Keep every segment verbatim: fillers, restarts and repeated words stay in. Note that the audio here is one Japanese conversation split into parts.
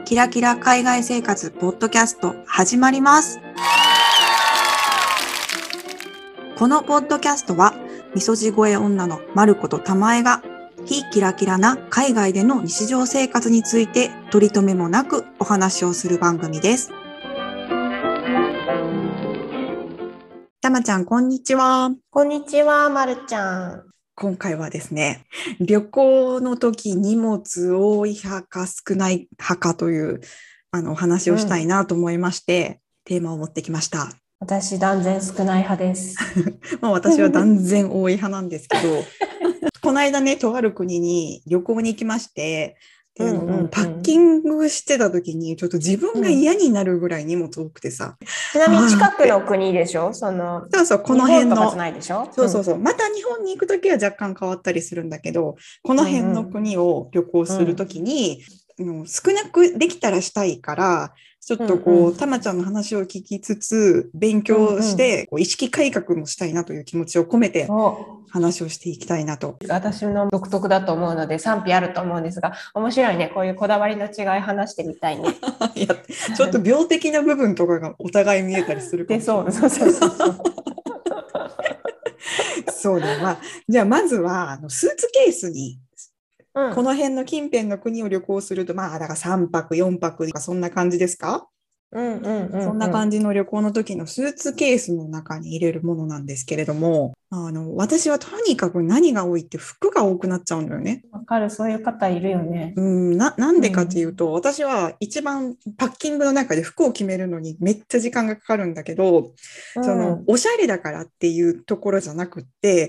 キラキラ海外生活ポッドキャスト始まります。このポッドキャストはみそじ声女のまることたまえが非キラキラな海外での日常生活について取り留めもなくお話をする番組です。たまちゃん、こんにちは。 こんにちは、まるちゃん。 今回はですね、旅行の時荷物多い派か少ない派かというあのお話をしたいなと思いまして、うん、テーマを持ってきました。 私断然少ない派ですまあ私は断然多い派なんですけどこの間ね、とある国に旅行に行きまして、であの、うんうんうん、パッキングしてた時にちょっと自分が嫌になるぐらい荷物多くてさ、 うん、ちなみに近くの国でしょ？そのそうそう、この辺の日本とかじゃないでしょ？ そうそうそう、うん、また日本に行く時は若干変わったりするんだけど、この辺の国を旅行する時に、うんうん、少なくできたらしたいからちょっとこう、うんうん、たまちゃんの話を聞きつつ勉強して、うんうん、こう意識改革もしたいなという気持ちを込めて話をしていきたいなと。 私の独特だと思うので賛否あると思うんですが、面白いね。こういうこだわりの違い話してみたいね。 いや、ちょっと病的な部分とかがお互い見えたりするかもしれない。 で、そうそうそうそうそうだ、まあ、じゃあまずはあのスーツケースに、うん、この辺の近辺の国を旅行すると、まあだからさんぱくよんぱくとかそんな感じですか？ うんうんうんうん、 そんな感じの旅行の時のスーツケースの中に入れるものなんですけれども、あの私はとにかく何が多いって服が多くなっちゃうのよね。 わかる、そういう方いるよね。 うん、な, なんでかっていうと、うん、私は一番パッキングの中で服を決めるのにめっちゃ時間がかかるんだけど、うん、そのおしゃれだからっていうところじゃなくって、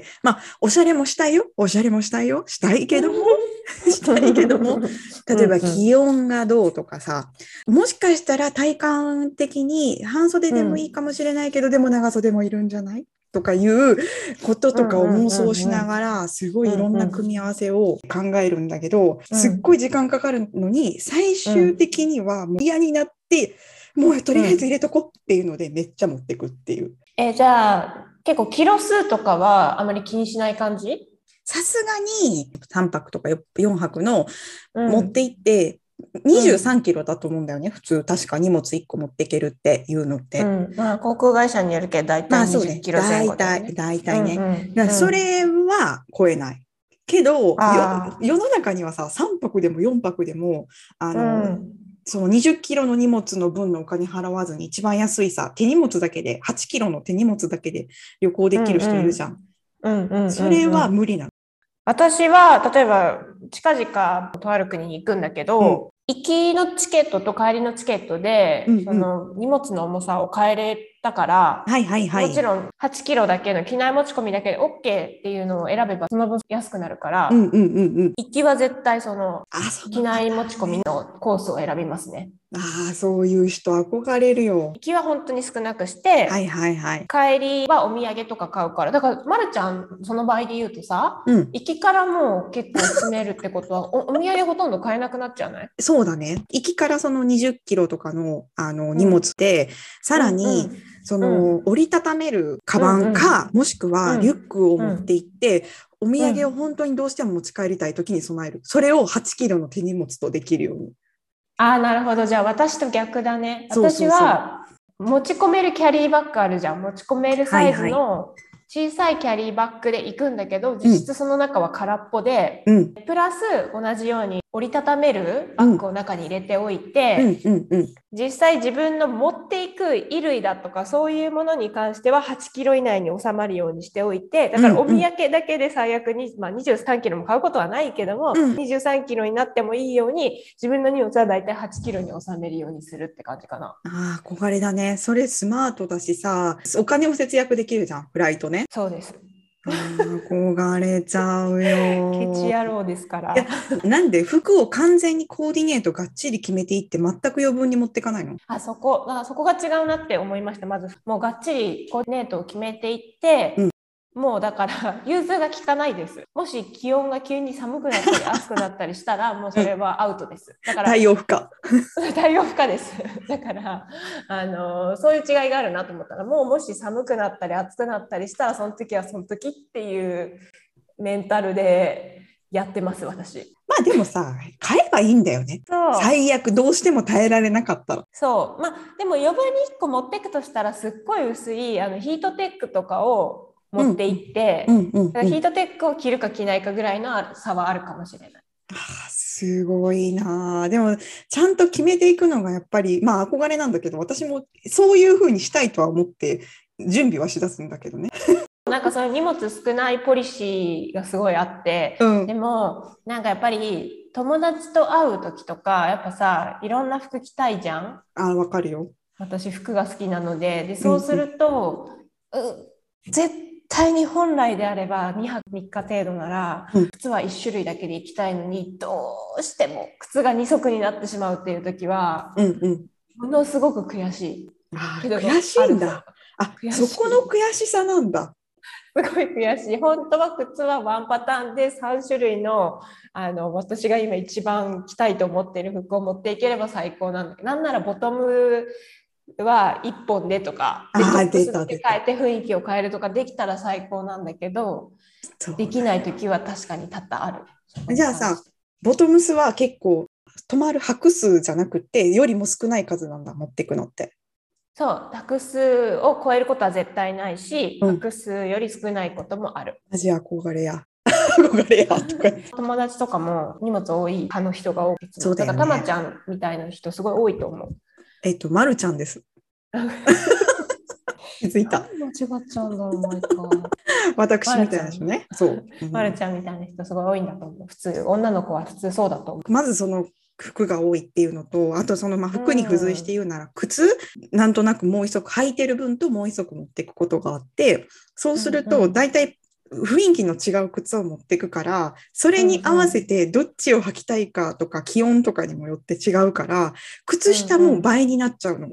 まあおしゃれもしたいよ、おしゃれもしたいよ、したいけどもしたいけども、例えば気温がどうとかさ、もしかしたら体感的に半袖でもいいかもしれないけど、うん、でも長袖もいるんじゃないとかいうこととかを妄想しながらすごいいろんな組み合わせを考えるんだけど、すっごい時間かかるのに最終的にはもう嫌になってもうとりあえず入れとこっていうのでめっちゃ持ってくっていう。 えじゃあ結構キロ数とかはあまり気にしない感じ？ さすがにさんぱくとかよんはくの持って行って、うん、にじゅうさんキロだと思うんだよね、うん、普通確か荷物いっこ持っていけるっていうのって、 うんまあ、航空会社によるけど大体にじゅっキロ前後だよね。 大体ね、うんうん、それは超えないけど、世の中にはささんぱくでもよんぱくでもあの、うん、そのにじゅっキロの荷物の分のお金払わずに一番安いさ手荷物だけではちキロの手荷物だけで旅行できる人いるじゃん、うんうんうんうん、それは無理なの。 私は例えば近々とある国に行くんだけど、うん、行きのチケットと帰りのチケットで、うんうん、その荷物の重さを変えれたから、 はいはいはい、 もちろんはちキロだけの機内持ち込みだけで OK っていうのを選べばその分安くなるから、 うんうんうんうん、 行きは絶対その機内持ち込みのコースを選びますね。 ああ、そういう人憧れるよ。 行きは本当に少なくして、 はいはいはい、 帰りはお土産とか買うから。だからまるちゃんその場合で言うとさ、うん、行きからもう結構詰めるってことは お, お土産ほとんど買えなくなっちゃうね。 そうだね。行きからそのにじゅっキロとかの、あの荷物で、うん、さらに、うんうん、その、うん、折りたためるカバンか、うんうん、もしくはリュックを持って行って、うん、お土産を本当にどうしても持ち帰りたい時に備える。それをはちキロの手荷物とできるように。 ああ、なるほど。じゃあ私と逆だね。私は持ち込めるキャリーバッグあるじゃん。持ち込めるサイズの小さいキャリーバッグで行くんだけど、実質その中は空っぽで、うん、プラス同じように折りたためるバッグを中に入れておいて、うんうんうんうん、実際自分の持っていく衣類だとかそういうものに関してははちキロ以内に収まるようにしておいて、だからお土産だけで最悪に、まあ、にじゅうさんキロも買うことはないけども、うん、にじゅうさんキロになってもいいように自分の荷物はだいたいはちキロに収めるようにするって感じかな。 ああ、憧れだね。それスマートだしさ、お金を節約できるじゃん、フライトね。 そうです。 憧れちゃうよ。 ケチ野郎ですから。 いや、なんで服を完全にコーディネートがっちり決めていって全く余分に持っていかないの？ あそこあそこが違うなって思いました。まずもうがっちりコーディネートを決めていって、うん、もうだから融通が利かないです。もし気温が急に寒くなったり暑くなったりしたらもうそれはアウトです。だから対応不可対応不可です。だからあのそういう違いがあるなと思ったら、もうもし寒くなったり暑くなったりしたらその時はその時っていうメンタルでやってます私。 まあでもさ、買えばいいんだよね。 そう最悪どうしても耐えられなかったら。 そうまあでも余分にいっこ持っていくとしたらすっごい薄いあのヒートテックとかを持っていって、 うんうんうん、 だからヒートテックを着るか着ないかぐらいの差はあるかもしれない。 あーすごいな。でもちゃんと決めていくのがやっぱりまあ憧れなんだけど、私もそういうふうにしたいとは思って準備はしだすんだけどね。 なんかそういう荷物少ないポリシーがすごいあって、 うん、 でもなんかやっぱり友達と会う時とかやっぱさいろんな服着たいじゃん。 あ、わかるよ。 私服が好きなので、でうんうん、 そうすると、う絶対に本来であればにはくみっか程度なら、 うん、 靴はいっしゅるいだけで行きたいのにどうしても靴がにそくになってしまうっていう時はうんうん。 ものすごく悔しいあー、 けど悔しある方。 いんだ。あ、 悔しい。 そこの悔しさなんだ。 すごい悔しい。本当は靴はワンパターンでさんしゅるいの、あの私が今一番着たいと思っている服を持っていければ最高なんだけど、なんならボトムはいっぽんでとかでトああ、出ップスだた出た。 け変えて雰囲気を変えるとかできたら最高なんだけど、できそうだよ。 ない時は確かに多々ある。そこじゃあさ、 に関して。 ボトムスは結構止まる拍数じゃなくて、よりも少ない数なんだ、持ってくのって。 そう拍数を超えることは絶対ないし、 うん。 拍数より少ないこともある。 マジ憧れや。憧れや。とか。 友達とかも荷物多い派の人が多いつそうもだからたまだよね。 ちゃんみたいな人すごい多いと思う。 えっと、まるちゃんです。気づいた。 間違っちゃうんだろう毎回。 私みまるちゃん、 たいな人ね。そう。うまるん、 ちゃんみたいな人すごい多いんだと思う。普通女の子は普通そうだと思まずその服が多いっていうのと、あとそのまあう。 服に付随して言うなら靴、なんとなくもう一足履いてる分ともう一足持っていくことがあって、そうするとうんうん大体雰囲気の違う靴を持っていくから、それに合わうんせてどっちを履きたいかとか気温とかにもよって違うから、靴下うんうん。 も倍になっちゃうの。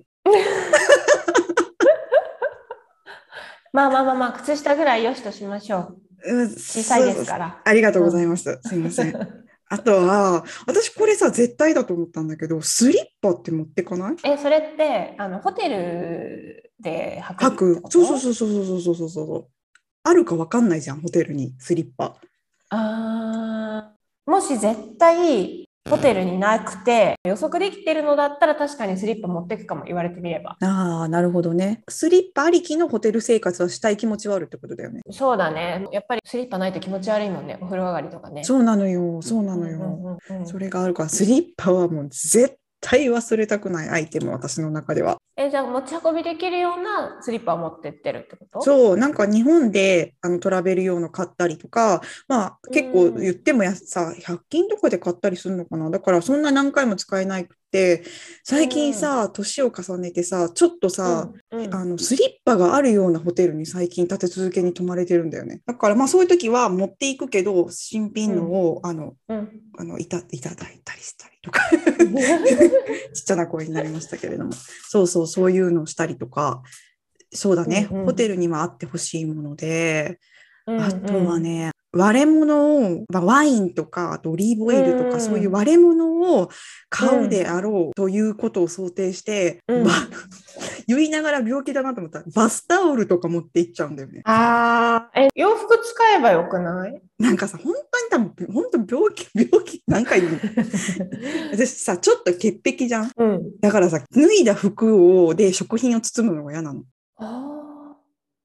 まあまあまあまあ靴下ぐらいよしとしましょう。 うん、 小さいですすから。 ありがとうございうん。 ます。すいません。あとは、私これさ、絶対だと思ったんだけど、スリッパって持ってかない？ え、それってあのホテルで履くっ履く。 てこそうそうそと？ うそうそうそうそうそう。あるかわかんないじゃん、ホテルにスリッパ。 あー、もし絶対ホテルになくて予測できてるのだったら確かにスリッパ持ってくかも、言われてみれば。 ああ、なるほどね。スリッパありきのホテル生活はしたい気持ちはあるってことだよね。 そうだね。やっぱりスリッパないと気持ち悪いもんね。お風呂上がりとかね。 そうなのよ。そうなうんうのよ。 んうんうん。 それがあるから、スリッパはもう絶対忘れたくないアイテム、私の中では。 え、じゃあ持ち運びできるようなスリッパを持ってってるってこと？ そう、なんか日本であのトラベル用の買ったりとか、まあう結構言っん。 てもやさ、ひゃく均とかで買ったりするのかな。だからそんな何回も使えなくて、 う最近ん。 さ、年を重ねてさ、ちょっとさ、 うん。うん。 あのスリッパがあるようなホテルに最近立て続けに泊まれてるんだよね。だからまあそういう時は持っていくけど、新品のうん。 をあの、 うん。 あのいた、いただいたりしたりとかちっちゃな声になりましたけれども、そうそう、そういうのをしたりとか、そうだうね。ホテん。 ルにはあってほしいもので、 うんあとはうん。 ね、割れ物を、まあ、ワインとか、あとオリーブオうイルとか、そういうん。 割れ物をう買うでん。 あろうということを想定して、ばうん。 言いながら病気だなと思ったら、バスタオルとか持って行っちゃうんだよね。 ああ、え、洋服使えばよくない？ なんかさ、本当に多分、本当病気、病気、何回言うの私さ、ちょっと潔癖じゃん。 うん。 だからさ、脱いだ服を、で、食品を包むのが嫌なの。 あ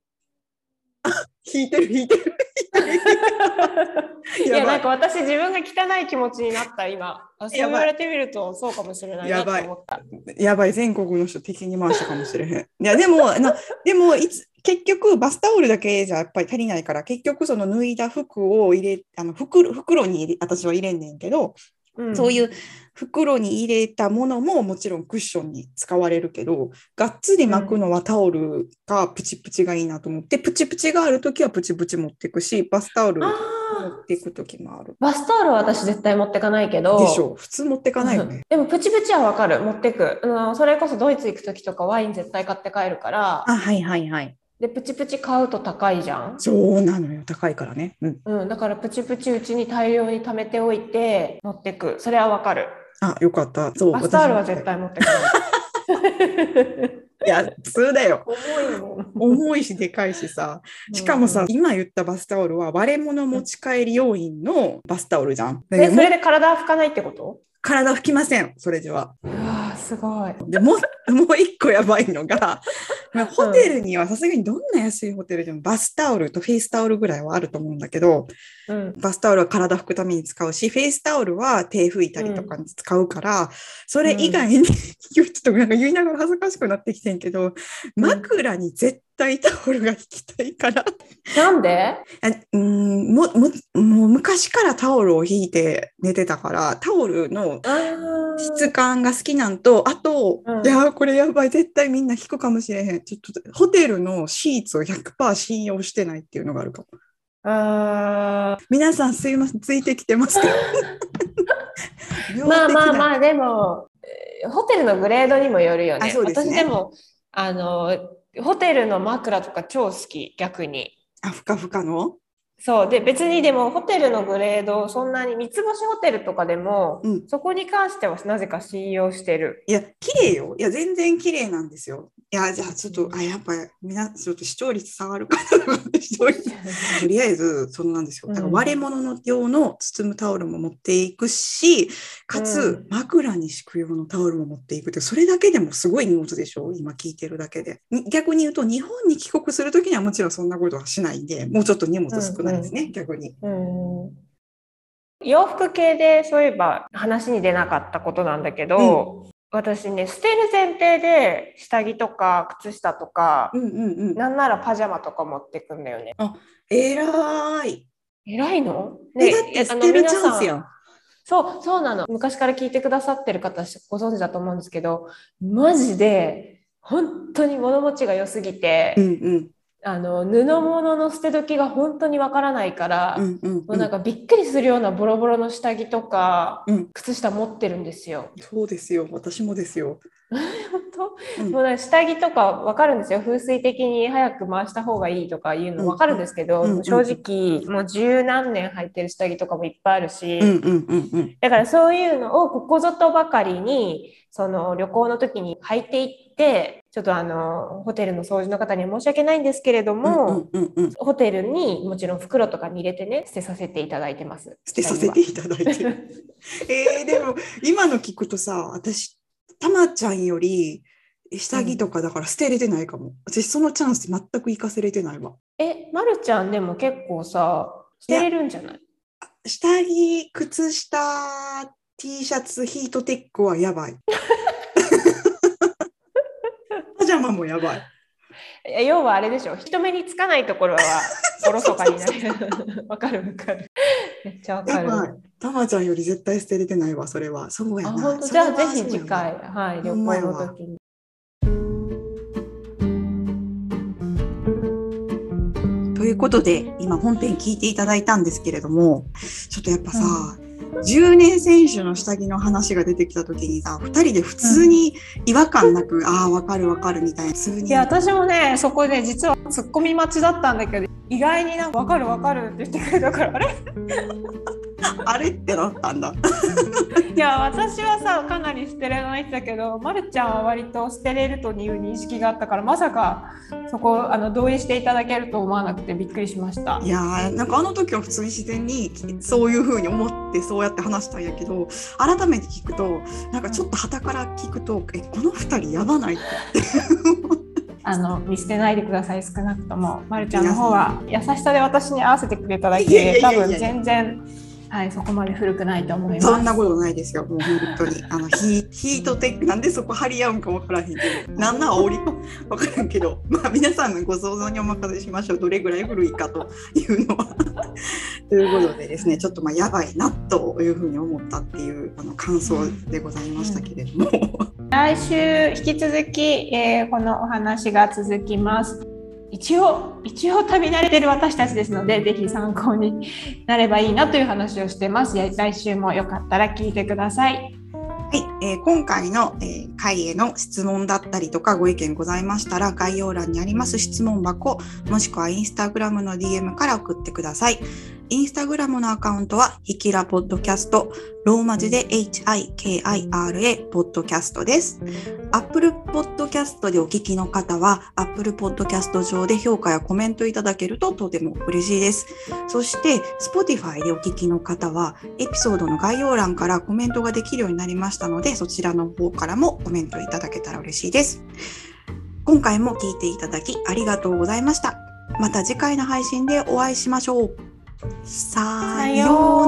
引いてる、引いてる、引いてる。 ーいや、なんかやばい。 私自分が汚い気持ちになった今。あ、そうやばい。 言われてみるとそうかもしれないなっやばい。 て思った。 やばい。全国の人敵に回したかもしれへん。いや、でも、なでもいつ、結局、バスタオルだけじゃやっぱり足りないから、結局、その脱いだ服を入れ、あの袋、袋に入れ、私は入れんねんけど、 うそういうん。 袋に入れたものももちろんクッションに使われるけど、がっつり巻くうん。 のはタオルかプチプチがいいなと思って、プチプチがあるときはプチプチ持っていくし、バスタオあル持っあ、 ていくときもある。 バスタオルは私絶対持ってかないけど、 でしょう。普通持ってかないよね。 でもプチプチはわかる。持ってく。うん、それこそドイツ行くときとかワイン絶対買って帰るから、 あ、はいはいはい。 で、プチプチ買うと高いじゃん。 そうなのよ。高いからね。うん。 うん、だからプチプチうちに大量に貯めておいて持ってく。それはわかる。 あ、よかった。そう、 バスタオルは絶私もそれ。 対持ってかない。 いや、普通だよ。 重いもん。 重いし、でかいしさ。しかもさ、うん、今言ったバスタオルは割れ物持ち帰り用品のバスタオルじゃん。 で、それで体拭かないってこと？ 体拭きません、それでは。 うわ、すごい。 でもう、もう一個やばいのが、まあ、ホテルにはさすがにどんな安いホテルでもバスタオルとフェイスタオルぐらいはあると思うんだけど、うん、バスタオルは体拭くために使うし、フェイスタオルは手拭いたりとかに使うから、うん、それ以外に、うん、ちょっとなんか言いながら恥ずかしくなってきてんけど、枕に絶対タオルが引きたいから。 なんで？ うんもももう昔からタオルを引いて寝てたから、タオルの質感が好きなんと、あと、うん、いやこれやばい、絶対みんな引くかもしれへん。ちょっとホテルのシーツを ひゃくパーセント 信用してないっていうのがあるかも。あ皆さんすいません、ついてきてますか？ まあまあまあ、でもホテルのグレードにもよるよね。 そうですね。 私でもあのホテルの枕とか超好き、逆に。 あ、ふかふかの？ そうで、別にでもホテルのグレードそんなに三つ星ホテルとかでも、うん、そこに関してはなぜか信用してる。 いや綺麗よ。いや全然綺麗なんですよ。いやじゃあちょっと、あやっぱみんなちょっと視聴率下がるかな視聴率とりあえずそのなんですよ。だから割れ物の用の包むタオルも持っていくし、かつ枕に敷く用のタオルも持っていくって、それだけでもすごい荷物でしょ、今聞いてるだけで。逆に言うと日本に帰国するときにはもちろんそんなことはしないんで、もうちょっと荷物少ないですね、うんうん、逆に。うん、 洋服系でそういえば話に出なかったことなんだけど、うん、私ね、捨てる前提で下着とか靴下とか、うんうんうん、なんならパジャマとか持ってくんだよね。 あ、偉い。 偉いの？ ね、だって捨てるチャンスやん。 そう、そうなの。昔から聞いてくださってる方ご存知だと思うんですけど、マジで本当に物持ちが良すぎて、うんうん、あの布物の捨て時が本当にわからないから、うんうんうん、もうなんかびっくりするようなボロボロの下着とか、うん、靴下持ってるんですよ。 そうですよ、私もですよ。 本当、うん、もうなんか下着とかわかるんですよ。風水的に早く回した方がいいとかいうのわかるんですけど、うんうん、正直もう十何年履いてる下着とかもいっぱいあるし、うんうんうんうん、だからそういうのをここぞとばかりにその旅行の時に履いていって、ちょっとあのホテルの掃除の方には申し訳ないんですけれども、うんうんうんうん、ホテルにもちろん袋とかに入れてね、捨てさせていただいてます。 捨てさせていただいてえー、でも今の聞くとさ、私たまちゃんより下着とかだから捨てれてないかも、うん、私そのチャンス全く活かせれてないわ。 え、まるちゃんでも結構さ捨てれるんじゃない？ 下着、靴下、T シャツ、ヒートテックはやばいパジャマもやばい。 要はあれでしょ、人目につかないところはおろそかになる。わかるわかる。めっちゃわかる。 たまちゃんより絶対捨てれてないわ、それは。そうやな。 あ、本当？じゃあぜひ次回、はい、旅行の時に。 ということで、今本編聞いていただいたんですけれども、ちょっとやっぱさ、うん、じゅうねん選手の下着の話が出てきた時にさ、ふたりで普通に違和感なく、うん、ああ分かる分かるみたいな。普通に。 いや私もね、そこで実はツッコミ待ちだったんだけど、意外になんか分かる分かるって言ってくれたから、あれあれってなったんだ。 いや私はさかなり捨てれない人だけど、まるちゃんは割と捨てれるという認識があったから、まさかそこあの同意していただけると思わなくてびっくりしました。 いやーなんかあの時は普通に自然にそういう風に思ってそうやって話したんやけど、改めて聞くとなんかちょっと傍から聞くと、えこのふたりやばないってあの見捨てないでください。少なくともまるちゃんの方は優しさで私に合わせてくれただけで、多分全然はい、そこまで古くないと思います。 そんなことないですよ。もう本当にあのヒ, ヒートテックなんでそこ張り合うんか分からへんけど、なんな煽り分からんけど、まあ皆さんのご想像にお任せしましょう。どれぐらい古いかというのはということでですね、ちょっとまあやばいなというふうに思ったっていうあの感想でございましたけれども、 うん、来週引き続き、えー、このお話が続きます。一応、一応旅慣れてる私たちですので、ぜひ参考になればいいなという話をしてます。来週もよかったら聞いてください。 はい、えー、今回の、えー、 回への質問だったりとかご意見ございましたら、概要欄にあります質問箱、もしくはインスタグラムの ディーエム から送ってください。インスタグラムのアカウントはひきらポッドキャスト、ローマ字で エイチアイケーアイアールエー ポッドキャストです。Apple Podcast でお聞きの方は Apple Podcast 上で評価やコメントいただけるととても嬉しいです。そして Spotify でお聞きの方はエピソードの概要欄からコメントができるようになりましたので、そちらの方からもコメントいただけたら嬉しいです。今回も聞いていただきありがとうございました。また次回の配信でお会いしましょう。さようなら。